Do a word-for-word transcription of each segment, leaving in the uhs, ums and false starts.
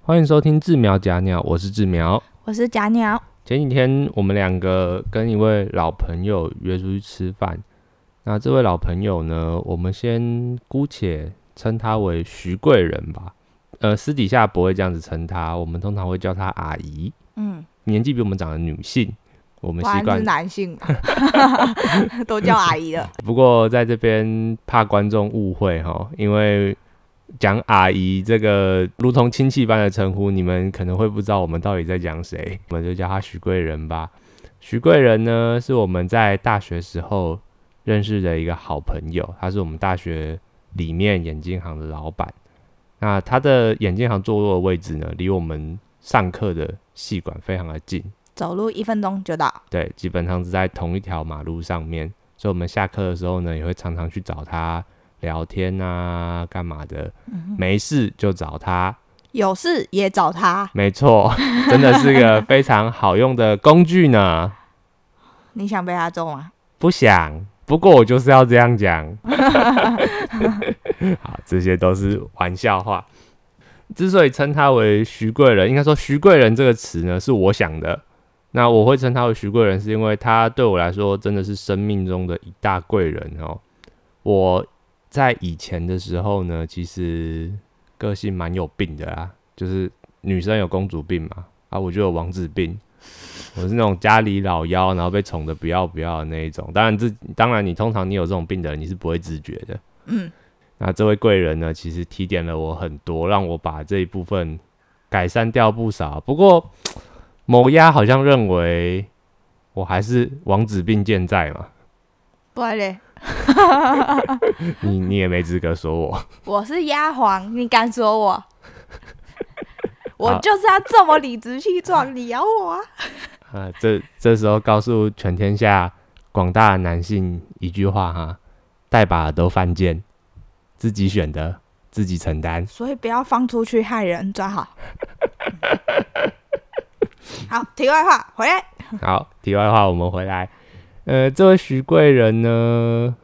欢迎收听志苗假鸟，我是志苗， 我是假鸟。 前几天我们两个跟一位老朋友约出去吃饭，那这位老朋友呢，我们先姑且称他为徐贵人吧。呃，私底下不会这样子称他，我们通常会叫他阿姨。嗯，年纪比我们长的女性，我们习惯是男性都叫阿姨了。 不过在这边怕观众误会哈，因为讲阿姨这个如同亲戚般的称呼，你们可能会不知道我们到底在讲谁，我们就叫他徐贵人吧。徐贵人呢，是我们在大学时候认识的一个好朋友，他是我们大学里面眼镜行的老板。那他的眼镜行坐落的位置呢，离我们上课的系馆非常的近， 走路一分钟就到。 对，基本上是在同一条马路上面，所以我们下课的时候呢，也会常常去找他聊天啊，干嘛的、嗯、没事就找他， 有事也找他， 没错，真的是个非常好用的工具呢。 你想被他揍吗？ 不想，不过我就是要这样讲。好，这些都是玩笑话。之所以称他为徐贵人，应该说徐贵人这个词呢是我想的，那我会称他为徐贵人是因为他对我来说真的是生命中的一大贵人哦。我在以前的时候呢，其实个性蛮有病的啦，就是女生有公主病嘛，啊，我就有王子病，我是那种家里老幺，然后被宠得不要不要的那一种。当然，当然你通常你有这种病的人，你是不会自觉的。嗯，那这位贵人呢，其实提点了我很多，让我把这一部分改善掉不少。不过，某鸭好像认为我还是王子病健在嘛。 不然嘞？ 你你也没资格说我， 我是鸭皇，你敢说我？我就是要这么理直气壮，你咬我啊！ 啊，这这时候告诉全天下广大的男性一句话哈：带把都犯贱，自己选的自己承担， 所以不要放出去害人，抓好。好，题外话回来。 好，题外话我们回来。呃，这位徐贵人呢，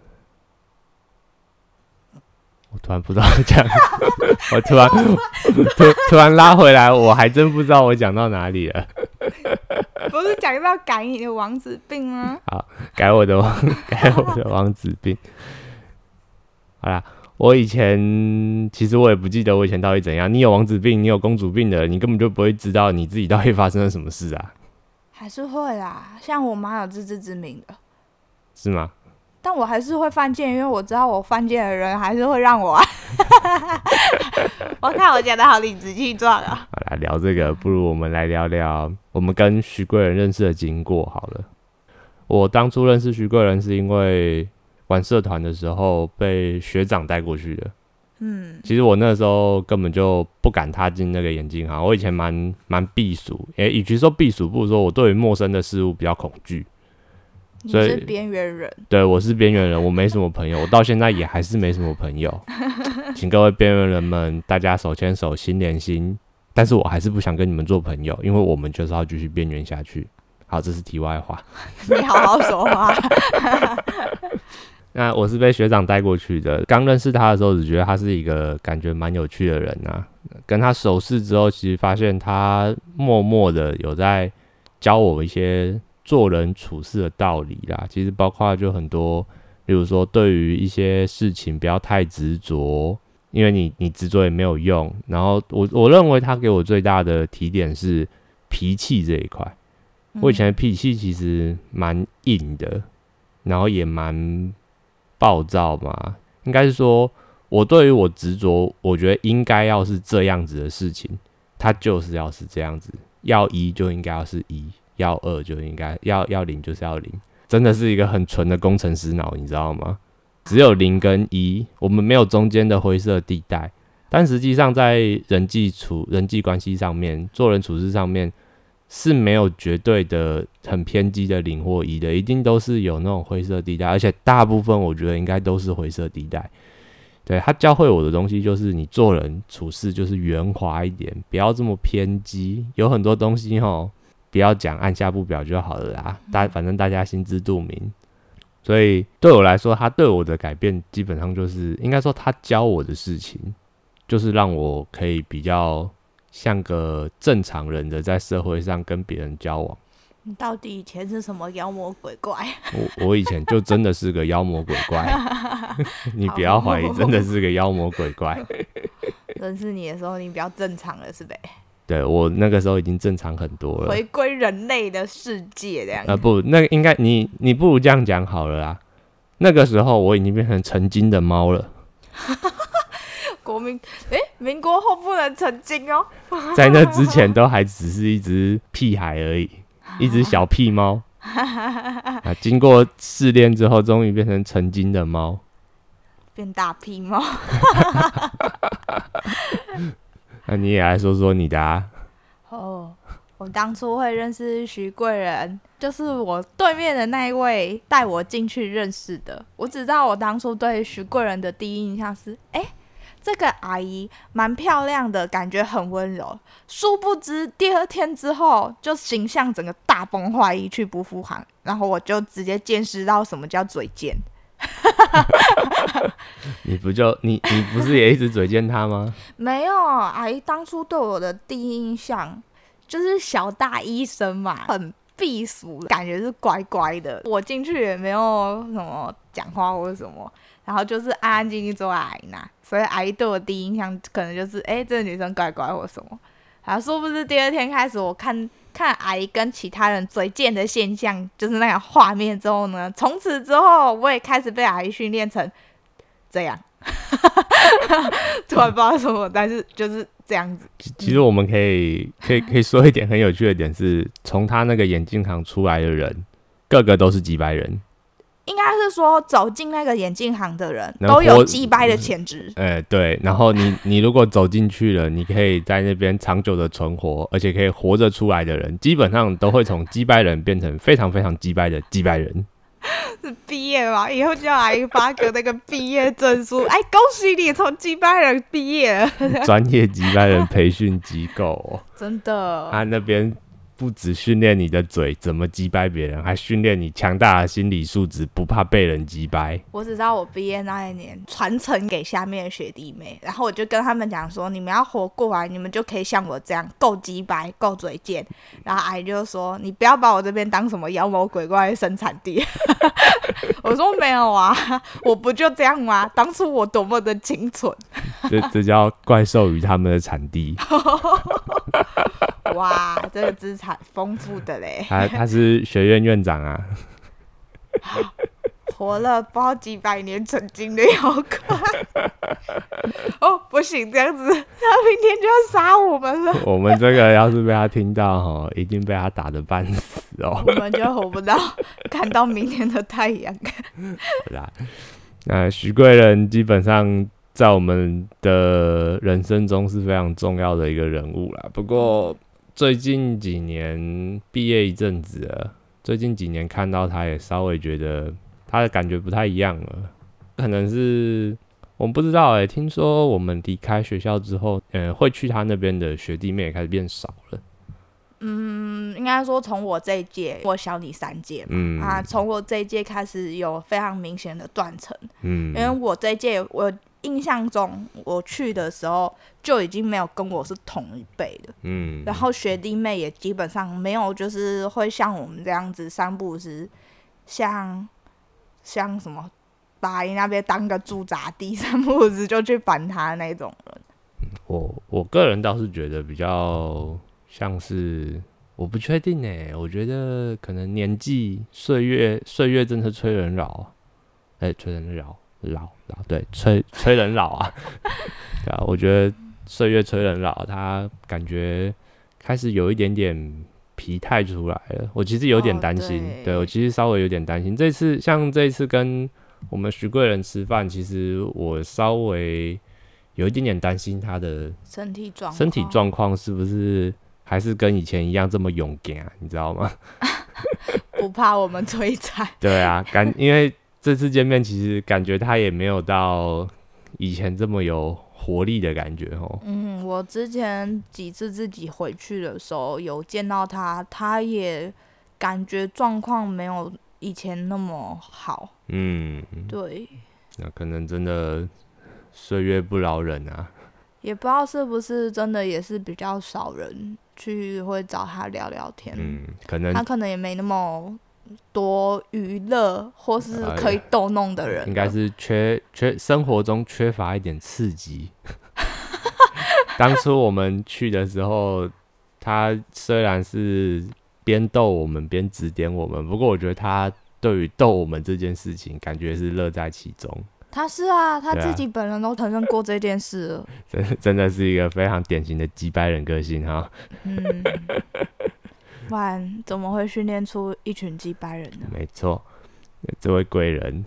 我突然不知道讲，我突然突突然拉回来，我还真不知道我讲到哪里了。 不是讲到改你的王子病吗？ 好，改我的王，改我的王子病。好啦，我以前其实我也不记得我以前到底怎样。你有王子病，你有公主病的，你根本就不会知道你自己到底发生了什么事啊。 还是会啦，像我妈有自知之明的， 是吗？ 但我还是会犯贱，因为我知道我犯贱的人还是会让我、啊。我看我讲的好理直气壮啊！ 好啦，聊这个，不如我们来聊聊我们跟徐贵人认识的经过好了。我当初认识徐贵人是因为玩社团的时候被学长带过去的。嗯，其实我那时候根本就不敢踏进那个眼镜行，我以前蛮蛮避暑，诶，与其说避暑，不如说我对于陌生的事物比较恐惧。 你是边缘人？ 对，我是边缘人，我没什么朋友，我到现在也还是没什么朋友。请各位边缘人们，大家手牵手，心连心。但是我还是不想跟你们做朋友，因为我们就是要继续边缘下去。好，这是题外话。 你好好说话。 那我是被学长带过去的，刚认识他的时候只觉得他是一个感觉蛮有趣的人啊。跟他熟识之后，其实发现他默默的有在教我一些做人处事的道理啦。其实包括就很多，例如说对于一些事情不要太执着，因为你你执着也没有用。然后我我认为他给我最大的提点是脾气这一块。我以前的脾气其实蛮硬的，然后也蛮暴躁嘛，应该是说，我对于我执着，我觉得应该要是这样子的事情，它就是要是这样子，要一就应该要是一，要二就应该要要零就是要零，真的是一个很纯的工程师脑，你知道吗？只有零跟一，我们没有中间的灰色地带。但实际上，在人际处人际关系上面，做人处事上面，是没有绝对的很偏激的零或一的，一定都是有那种灰色地带，而且大部分我觉得应该都是灰色地带。对，他教会我的东西就是你做人处事就是圆滑一点，不要这么偏激，有很多东西齁不要讲，按下不表就好了啦，大反正大家心知肚明。所以对我来说，他对我的改变基本上就是应该说他教我的事情就是让我可以比较像个正常人的在社会上跟别人交往。 你到底以前是什么妖魔鬼怪？ 我我以前就真的是个妖魔鬼怪，你不要怀疑，真的是个妖魔鬼怪。 认识你的时候，你比较正常了，是呗？ 对，我那个时候已经正常很多了， 回归人类的世界这样。 啊、不，那个应该你你不如这样讲好了啦。那个时候我已经变成成精的猫了。 国民哎、欸，民国后不能成精哦。 在那之前都还只是一只屁孩而已，一只小屁猫。啊，经过试炼之后，终于变成成精的猫， 变大屁猫。 那你也来说说你的啊？ 哦，我当初会认识徐贵人，就是我对面的那一位带我进去认识的。我只知道我当初对徐贵人的第一印象是，哎、欸，这个阿姨蛮漂亮的，感觉很温柔。殊不知第二天之后，就形象整个大崩坏，一去不复返。然后我就直接见识到什么叫嘴贱。 你不就你你不是也一直嘴贱他吗？ 没有，阿姨当初对我的第一印象就是小大医生嘛，很避俗，感觉是乖乖的。我进去也没有什么讲话或者什么，然后就是安安静静坐在阿姨那，所以阿姨对我第一印象可能就是哎、欸，这个女生乖乖或什么。然后殊不知第二天开始，我看看阿姨跟其他人嘴贱的现象，就是那个画面之后呢，从此之后我也开始被阿姨训练成这样。突然不知道什么，但是就是这样子。 其实我们可以可以可以说一点很有趣的点是，从他那个眼镜行出来的人，个个都是几百人。 应该是说走进那个眼镜行的人都有鸡掰的潜质。 哎、欸，对。然后你你如果走进去了，你可以在那边长久的存活，而且可以活着出来的人，基本上都会从鸡掰人变成非常非常鸡掰的鸡掰人。 是毕业嘛？以后就要来发个那个毕业证书。哎，恭喜你从鸡掰人毕业了。 专业鸡掰人培训机构哦， 真的。 他那边不只训练你的嘴怎么击败别人，还训练你强大的心理素质，不怕被人击败。 我只知道我毕业那一年传承给下面的学弟妹，然后我就跟他们讲说，你们要活过来，你们就可以像我这样够击败够嘴贱。然后阿姨就说，你不要把我这边当什么妖魔鬼怪的生产地。我说没有啊，我不就这样吗？当初我多么的清纯。 这这叫怪兽与他们的产地。 哇，这个资产丰富的嘞！ 他他是学院院长啊， 活了不知道几百年，曾经的妖怪。哦，不行，这样子他明天就要杀我们了。 我们这个要是被他听到齁，一定被他打得半死哦。 我们就活不到看到明天的太阳。 好啦，那徐贵人基本上在我们的人生中是非常重要的一个人物啦。不过最近几年毕业一阵子了，最近几年看到他也稍微觉得他的感觉不太一样了，可能是我们不知道哎、欸，听说我们离开学校之后，呃，会去他那边的学弟妹也开始变少了。 嗯，应该说从我这一届，我小你三届嘛，嗯、啊，从我这一届开始有非常明显的断层。嗯，因为我这一届我印象中我去的时候就已经没有跟我是同一辈的，嗯，然后学弟妹也基本上没有，就是会像我们这样子三不五时，像像什么把阿姨那边当个驻扎地，三不五时就去烦他的那种人。 我我个人倒是觉得比较像是，我不确定欸，我觉得可能年纪岁月岁月真的催人老，哎、欸，催人老老老对，催催人老啊，对啊，我觉得岁月催人老，他感觉开始有一点点疲态出来了。我其实有点担心，哦、对, 对我其实稍微有点担心。这次像这一次跟我们徐贵人吃饭，其实我稍微有一点点担心他的身体状身体状况是不是还是跟以前一样这么勇敢，你知道吗？ 不怕我们摧残。 对啊，感因为这次见面，其实感觉他也没有到以前这么有活力的感觉哦。 嗯，我之前几次自己回去的时候有见到他，他也感觉状况没有以前那么好。嗯，对。 那可能真的岁月不饶人啊。 也不知道是不是真的也是比较少人去会找他聊聊天， 嗯，可能他可能也没那么多娱乐或是可以逗弄的人、呃， 应该是缺缺生活中缺乏一点刺激。当初我们去的时候，他虽然是边逗我们边指点我们，不过我觉得他对于逗我们这件事情，感觉是乐在其中。 他是啊，他自己本人都承认过这件事了。 真真的是一个非常典型的鸡掰人个性哈。 嗯，不然怎么会训练出一群鸡掰人呢？ 没错，这位贵人。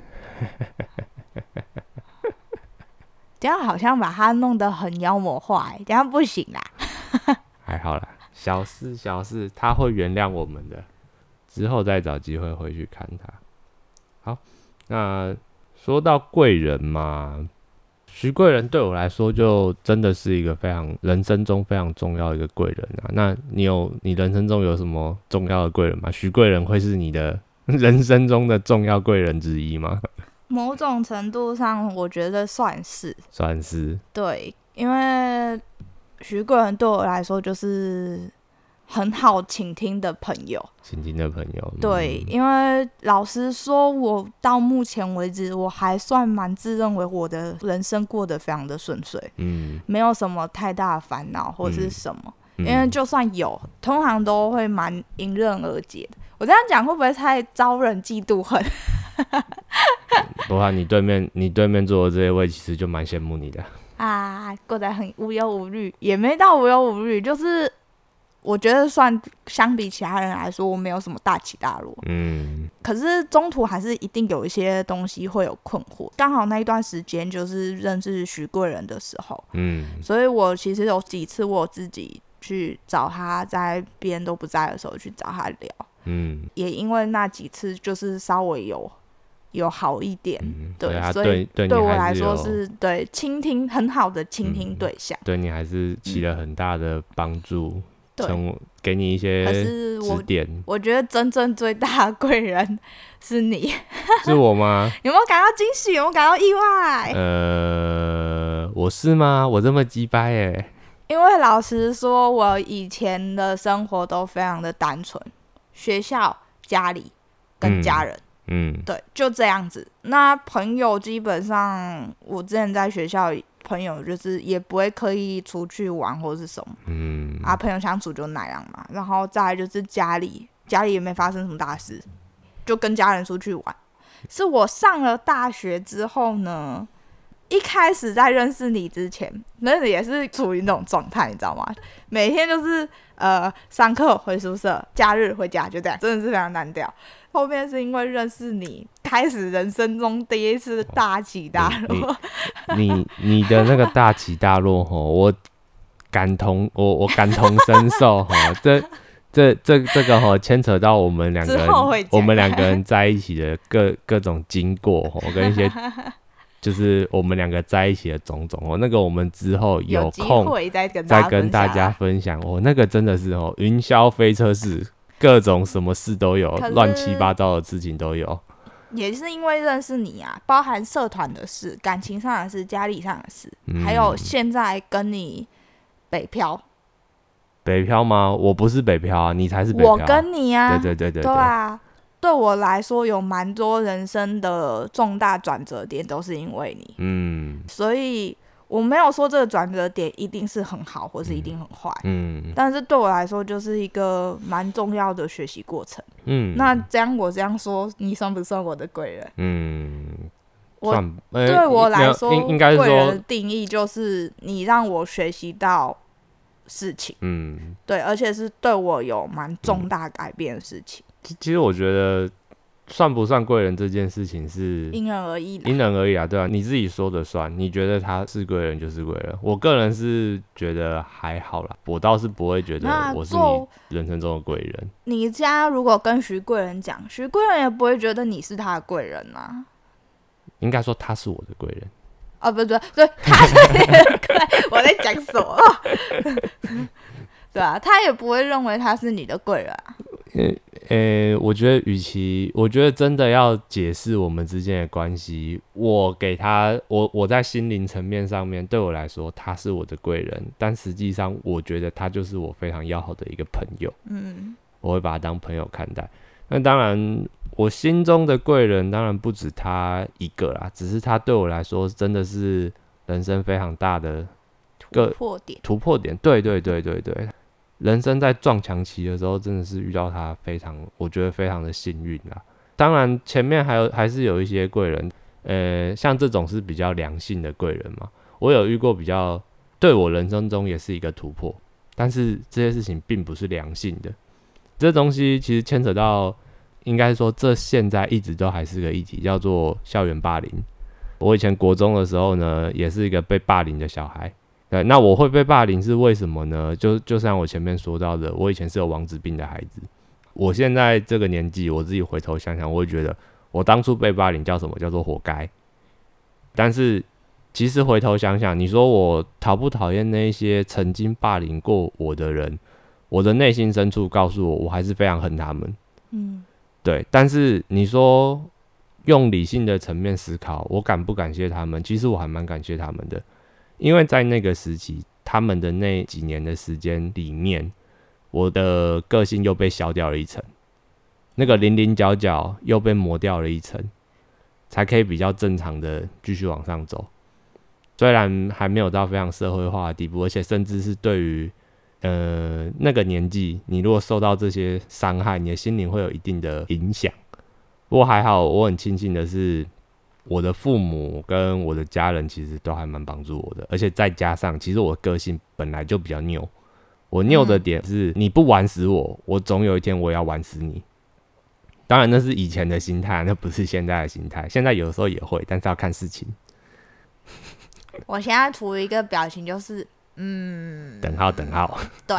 这样好像把他弄得很妖魔化、欸，这样不行啦。 还好啦，小事小事，他会原谅我们的。之后再找机会回去看他。好，那说到贵人嘛，徐贵人对我来说就真的是一个非常人生中非常重要的一个贵人啊。那你有你人生中有什么重要的贵人吗？徐贵人会是你的人生中的重要贵人之一吗？ 某种程度上，我觉得算是， 算是。 对，因为徐贵人对我来说就是很好倾听的朋友， 倾听的朋友。 对， 嗯、 因为老实说，我到目前为止，我还算蛮自认为我的人生过得非常的顺遂， 嗯， 没有什么太大的烦恼或是什么、 嗯， 因为就算有，通常都会蛮迎刃而解的。我这样讲会不会太招人嫉妒恨？ 不怕你对面你对面坐的这一位，其实就蛮羡慕你的啊，过得很无忧无虑，也没到无忧无虑，就是我觉得算相比其他人来说，我没有什么大起大落。嗯，可是中途还是一定有一些东西会有困惑。刚好那一段时间就是认识徐贵人的时候，嗯，所以我其实有几次我自己去找他，在别人都不在的时候去找他聊，嗯，也因为那几次就是稍微有。有好一点，嗯、对， 对， 所以对我来说是对倾听很好的倾听对象、 嗯，对你还是起了很大的帮助，嗯、给你一些指点。 我觉得真正最大的贵人是你， 是我吗？ 有没有感到惊喜？有没有感到意外？ 呃，我是吗？我这么鸡掰耶？ 因为老实说，我以前的生活都非常的单纯，学校、家里跟家人。嗯嗯，对，就这样子。那朋友基本上，我之前在学校朋友就是也不会刻意出去玩或是什么，嗯，啊，朋友相处就那样嘛。然后再来就是家里，家里也没发生什么大事，就跟家人出去玩。是我上了大学之后呢，一开始在认识你之前，那也是处于那种状态，你知道吗？每天就是呃上课回宿舍，假日回家，就这样，真的是非常单调。后面是因为认识你，开始人生中第一次大起大落。 你 你, 你的那个大起大落吼，我感同我我感同身受吼，这这这这个吼牵扯到我们两个人，我们两个人在一起的各各种经过吼，跟一些就是我们两个在一起的种种哦。那个我们之后有空再跟再跟大家分享哦。那个真的是哦，云霄飞车式。各种什么事都有，乱七八糟的事情都有。 也是因为认识你啊，包含社团的事、感情上的事、家里上的事，嗯、还有现在跟你北漂。 北漂吗？我不是北漂啊，你才是北漂。 我跟你啊， 对对对 对, 对, 对啊，对我来说有蛮多人生的重大转折点都是因为你。嗯，所以。我没有说这个转折点一定是很好，或是一定很坏，嗯，但是对我来说就是一个蛮重要的学习过程，嗯。那这样我这样说，你算不算我的贵人？嗯，我算、欸、对我来说，应该贵人的定义就是你让我学习到事情，嗯，对，而且是对我有蛮重大改变的事情。 嗯、其实我觉得。算不算贵人这件事情是因人而异， 因人而异啊，对啊，你自己说的算，你觉得他是贵人就是贵人。我个人是觉得还好啦，我倒是不会觉得我是你人生中的贵人。 你家如果跟徐贵人讲，徐贵人也不会觉得你是他的贵人啊。 应该说他是我的贵人。 哦，不对，对，他是你的贵人。我在讲什么？对啊，他也不会认为他是你的贵人啊。 呃呃，我觉得与其我觉得真的要解释我们之间的关系，我给他我我在心灵层面上面对我来说他是我的贵人，但实际上我觉得他就是我非常要好的一个朋友。嗯，我会把他当朋友看待。那当然我心中的贵人当然不止他一个啦，只是他对我来说真的是人生非常大的突破点。 突破点，对对对对对。人生在撞墙期的时候，真的是遇到他非常，我觉得非常的幸运啦。当然前面还有还是有一些贵人，呃，像这种是比较良性的贵人嘛。我有遇过比较对我人生中也是一个突破，但是这些事情并不是良性的。这东西其实牵扯到，应该说这现在一直都还是个议题，叫做校园霸凌。我以前国中的时候呢，也是一个被霸凌的小孩。对，那我会被霸凌是为什么呢？就就像我前面说到的，我以前是有王子病的孩子。我现在这个年纪，我自己回头想想，我会觉得我当初被霸凌叫什么？叫做活该。但是其实回头想想，你说我讨不讨厌那一些曾经霸凌过我的人？我的内心深处告诉我，我还是非常恨他们。嗯，对。但是你说用理性的层面思考，我感不感谢他们？其实我还蛮感谢他们的，因为在那个时期，他们的那几年的时间里面，我的个性又被削掉了一层，那个棱棱角角又被磨掉了一层，才可以比较正常的继续往上走。虽然还没有到非常社会化的地步，而且甚至是对于呃，那个年纪，你如果受到这些伤害，你的心灵会有一定的影响。不过还好，我很庆幸的是，我的父母跟我的家人其实都还蛮帮助我的，而且再加上，其实我的个性本来就比较拗。我拗的点是，你不玩死我，我总有一天我也要玩死你。当然，那是以前的心态，那不是现在的心态。现在有的时候也会，但是要看事情。 我现在处于一个表情，就是嗯， 等号等号， 对，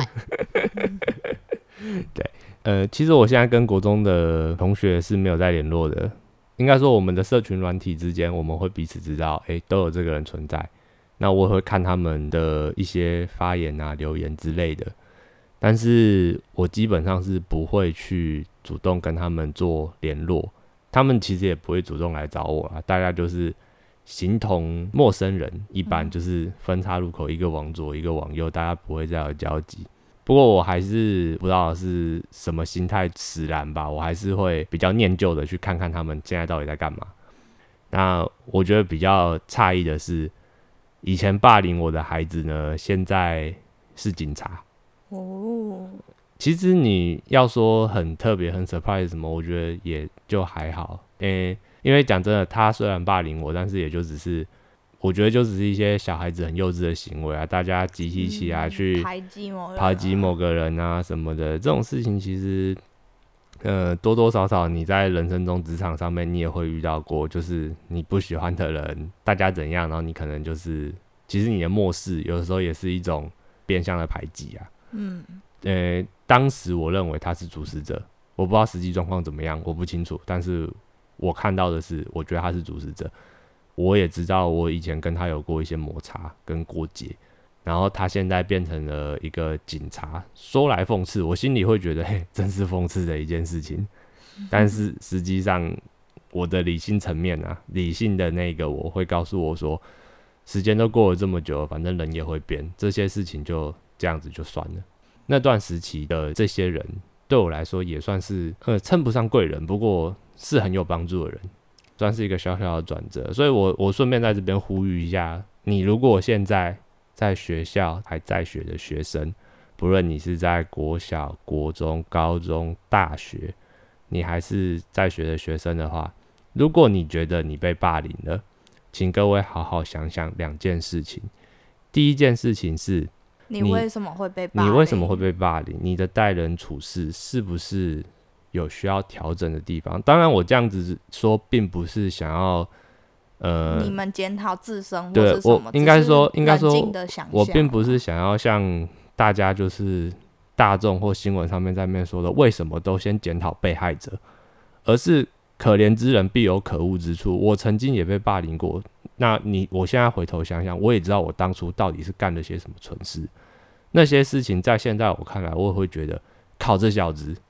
对，呃，其实我现在跟国中的同学是没有在联络的，应该说我们的社群软体之间，我们会彼此知道，哎，都有这个人存在。那我会看他们的一些发言啊、留言之类的，但是我基本上是不会去主动跟他们做联络，他们其实也不会主动来找我啊，大家就是形同陌生人，一般就是分岔路口，一个往左，一个往右，大家不会再有交集。不过我还是不知道是什么心态使然吧，我还是会比较念旧的去看看他们现在到底在干嘛。那我觉得比较诧异的是，以前霸凌我的孩子呢，现在是警察。哦，其实你要说很特别、很 surprise 什么，我觉得也就还好。诶，因为讲真的，他虽然霸凌我，但是也就只是，我觉得就只是一些小孩子很幼稚的行为啊，大家集体起来去排挤某人、 排挤某个人啊什么的，这种事情其实，呃，多多少少你在人生中、职场上面你也会遇到过，就是你不喜欢的人，大家怎样，然后你可能就是，其实你的漠视，有的时候也是一种变相的排挤啊。嗯，呃，当时我认为他是主使者，我不知道实际状况怎么样，我不清楚，但是我看到的是，我觉得他是主使者。我也知道我以前跟他有过一些摩擦跟过节，然后他现在变成了一个警察，说来讽刺，我心里会觉得，嘿，真是讽刺的一件事情。但是实际上，我的理性层面啊，理性的那个我会告诉我说，时间都过了这么久了，反正人也会变，这些事情就这样子就算了。那段时期的这些人，对我来说也算是呃称不上贵人，不过是很有帮助的人。算是一个小小的转折，所以我我顺便在这边呼吁一下，你如果现在在学校还在学的学生，不论你是在国小、国中、高中、大学，你还是在学的学生的话，如果你觉得你被霸凌了，请各位好好想想两件事情。第一件事情是， 你为什么会被霸凌？ 你为什么会被霸凌？你的待人处事是不是有需要调整的地方？当然，我这样子说，并不是想要，呃， 你们检讨自身， 对， 或是什么， 我应该说，应该说，我并不是是想要像大家就是大众或新闻上面在面说的，为什么都先检讨被害者，而是可怜之人必有可恶之处。我曾经也被霸凌过，那你，我现在回头想想，我也知道我当初到底是干了些什么蠢事。那些事情在现在我看来，我也会觉得，靠，这小子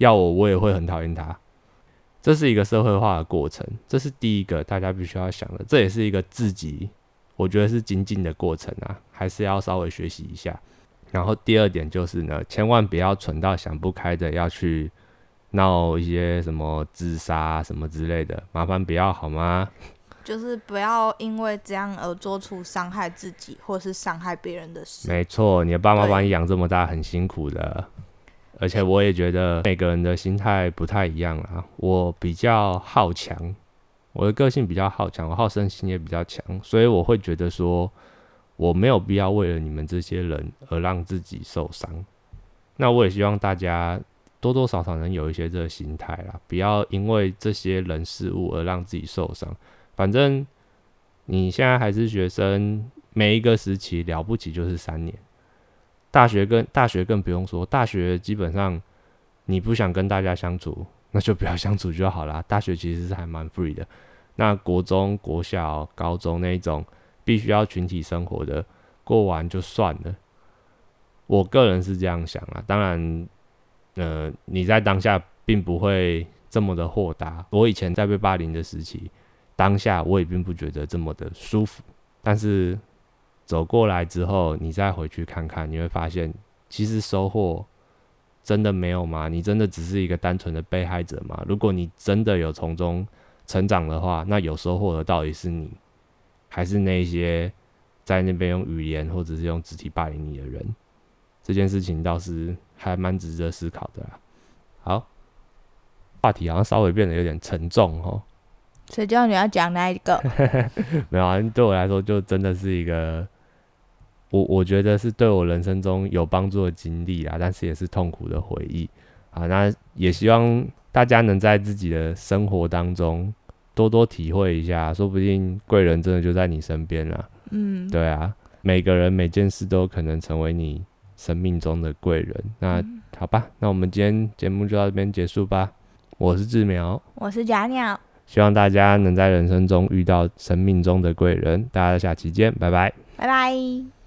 要我我也会很讨厌他。这是一个社会化的过程，这是第一个大家必须要想的，这也是一个自己我觉得是精进的过程啊，还是要稍微学习一下。然后第二点就是呢，千万不要蠢到想不开的要去闹一些什么自杀什么之类的，麻烦不要好吗？ 就是不要因为这样而做出伤害自己或是伤害别人的事。 没错，你的爸妈把你养这么大很辛苦的，而且我也觉得每个人的心态不太一样啦。我比较好强，我的个性比较好强，我好胜心也比较强，所以我会觉得说我没有必要为了你们这些人而让自己受伤。那我也希望大家多多少少能有一些这个心态啦，不要因为这些人事物而让自己受伤。反正你现在还是学生，每一个时期了不起就是三年，大学更大学更不用说，大学基本上你不想跟大家相处，那就不要相处就好啦。大学其实是还蛮 free 的。那国中、国小、高中那一种必须要群体生活的，过完就算了。我个人是这样想啦，当然，呃，你在当下并不会这么的豁达。我以前在被霸凌的时期，当下我也并不觉得这么的舒服，但是走过来之后，你再回去看看，你会发现，其实收获真的没有吗？你真的只是一个单纯的被害者吗？如果你真的有从中成长的话，那有收获的到底是你，还是那些在那边用语言或者是用肢体霸凌你的人？这件事情倒是还蛮值得思考的啦。好，话题好像稍微变得有点沉重哦。 谁叫你要讲那一个？ 没有啊，对我来说就真的是一个，我我觉得是对我人生中有帮助的经历啦，但是也是痛苦的回忆啊。那也希望大家能在自己的生活当中多多体会一下，说不定贵人真的就在你身边啦。 嗯， 对啊，每个人每件事都有可能成为你生命中的贵人。那、嗯、好吧，那我们今天节目就到这边结束吧。我是志苗， 我是假鸟， 希望大家能在人生中遇到生命中的贵人。大家下期见，拜拜， 拜拜。